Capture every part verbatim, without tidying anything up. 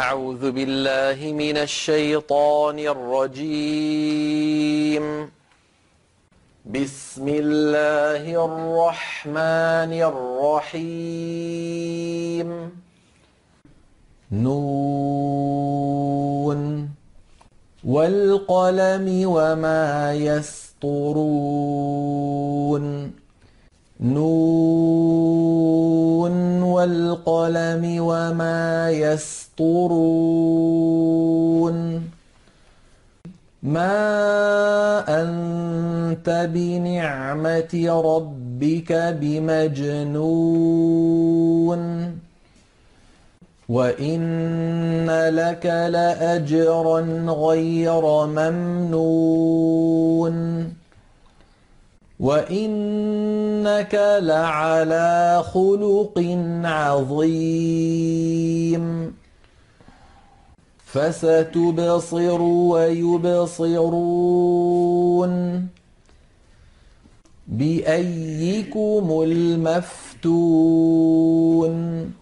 أعوذ بالله من الشيطان الرجيم. بسم الله الرحمن الرحيم. نون والقلم وما يسطرون. نون والقلم وما يسطرون. ما أنت بنعمة ربك بمجنون وإن لك لأجرا غير ممنون وإنك لعلى خلق عظيم. فستبصر ويبصرون بأيكم المفتون.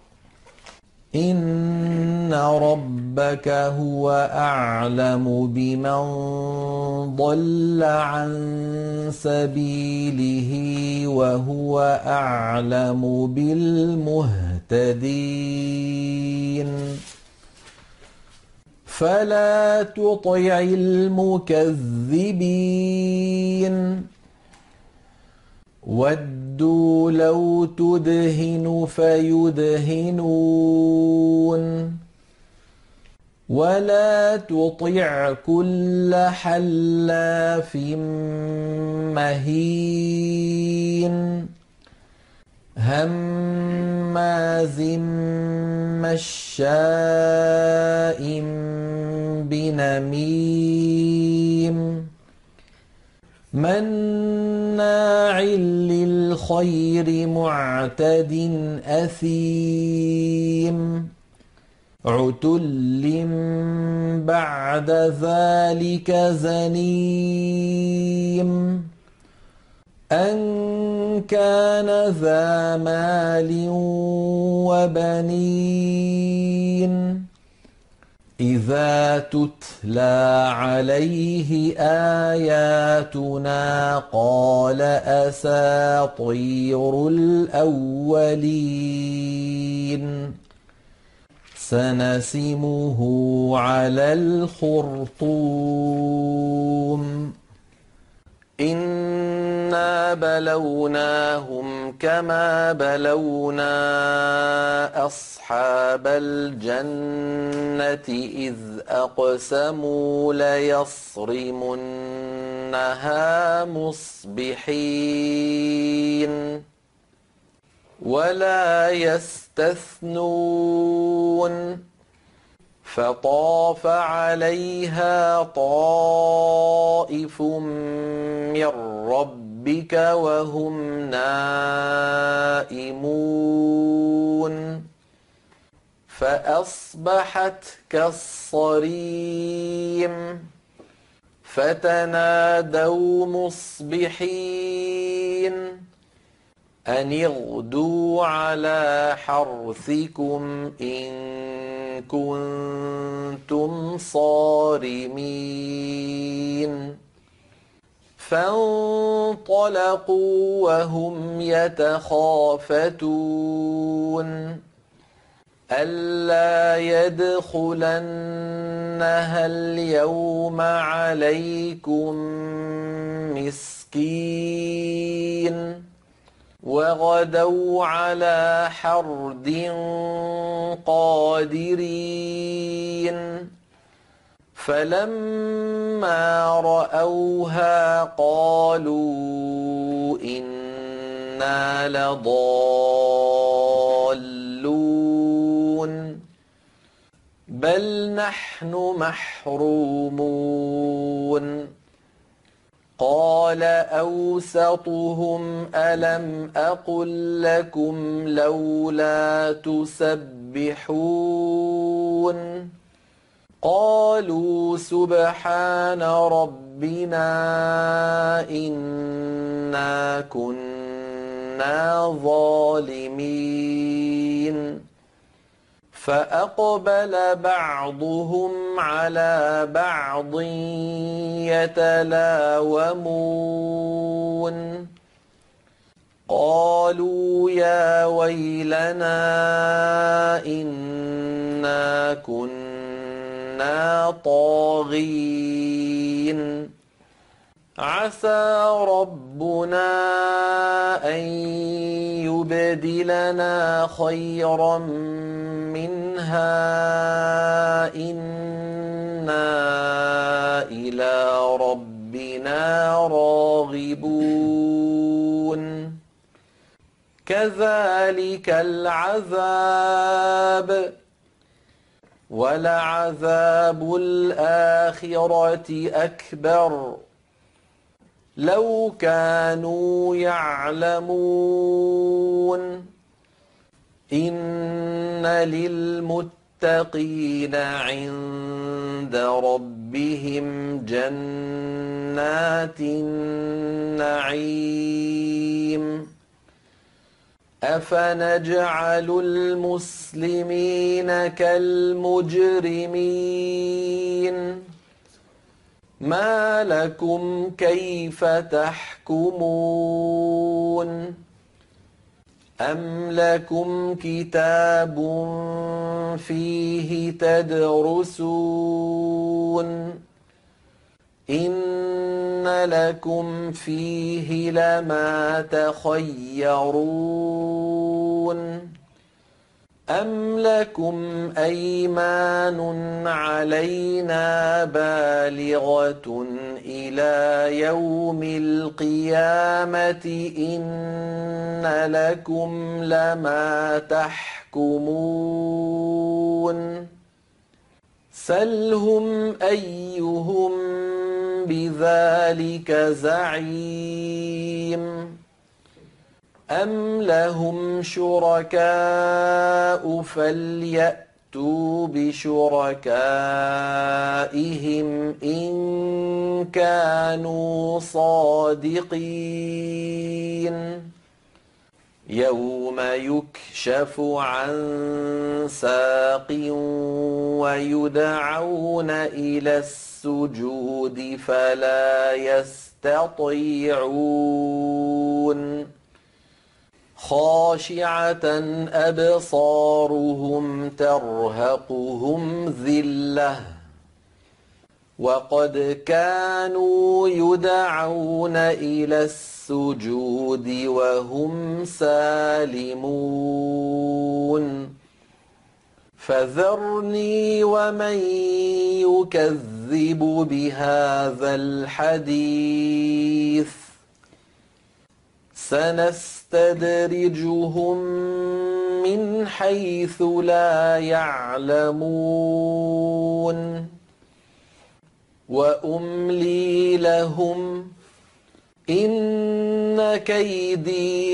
إن ربك هو أعلم بمن ضل عن سبيله وهو أعلم بالمهتدين. فلا تطع المكذبين. ودوا لو تدهن فيدهنون ولا تطع كل حلاف مهين هماز مشاء بنميم مناع للخير معتد أثيم عتل بعد ذلك زنيم أن كان ذا مال وبنين إذا تتلى عليه آياتنا قال أساطير الأولين. سنسمه على الخرطوم. إنا بلوناهم كما بلونا أصحاب الجنة إذ أقسموا ليصرمنها مصبحين ولا يستثنون فطاف عليها طائف من ربك وهم نائمون فأصبحت كالصريم فتنادوا مصبحين أن اغدوا على حرثكم إن كنتم صارمين. فانطلقوا وهم يتخافتون ألا يدخلنها اليوم عليكم مسكين وغدوا على حرد قادرين فلما رأوها قالوا إنا لضالون بل نحن محرومون. قال أوسطهم ألم أقل لكم لولا تسبحون قالوا سبحان ربنا إنا كنا ظالمين فأقبل بعضهم على بعض يتلاومون قالوا يا ويلنا إنا كنا طاغين عسى ربنا أن يبدلنا خيرا منها إنا إلى ربنا راغبون كذلك العذاب ولعذاب الآخرة أكبر لو كانوا يعلمون إن للمتقين عند ربهم جنات النعيم أفنجعل المسلمين كالمجرمين ما لكم كيف تحكمون أم لكم كتاب فيه تدرسون إن لكم فيه لما تخيرون أم لكم أيمان علينا بالغة إلى يوم القيامة إن لكم لما تحكمون سلهم أيهم بذلك زعيم أم لهم شركاء فليأتوا بشركائهم إن كانوا صادقين يوم يكشف عن ساق ويدعون إلى السجود فلا يستطيعون خاشعة أبصارهم ترهقهم ذلة وقد كانوا يدعون إلى السجود وهم سالمون فذرني ومن يكذب بهذا الحديث سنستدرجهم من حيث لا يعلمون وأملي لهم إن كيدي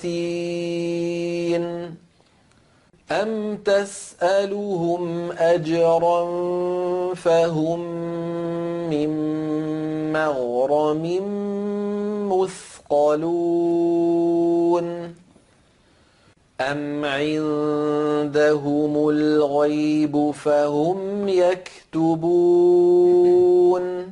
متين أم تسألهم أجرا فهم من مغرم مثقلون أم عندهم الغيب فهم يكتبون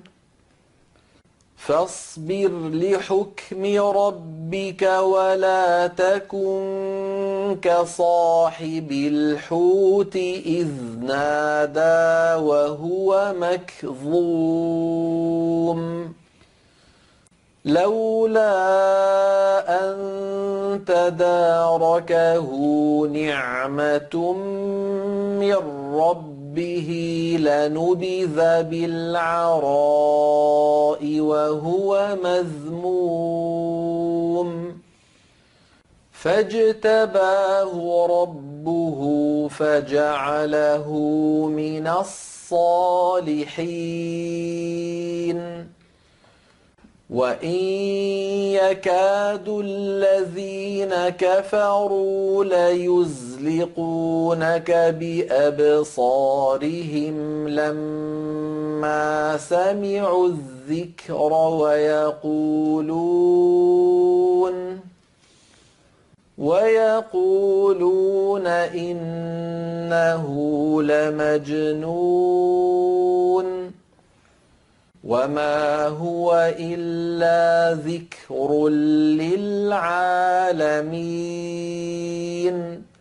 فاصبر لحكم ربك ولا تكن كصاحب الحوت إذ نادى وهو مكظوم لولا أن تداركه نعمة من ربه لنبذ بالعراء وهو مذموم فاجتباه ربه فجعله من الصالحين وإن يكاد الذين كفروا ليزلقونك بأبصارهم لما سمعوا الذكر ويقولون ويقولون إنه لمجنون وما هو إلا ذكر للعالمين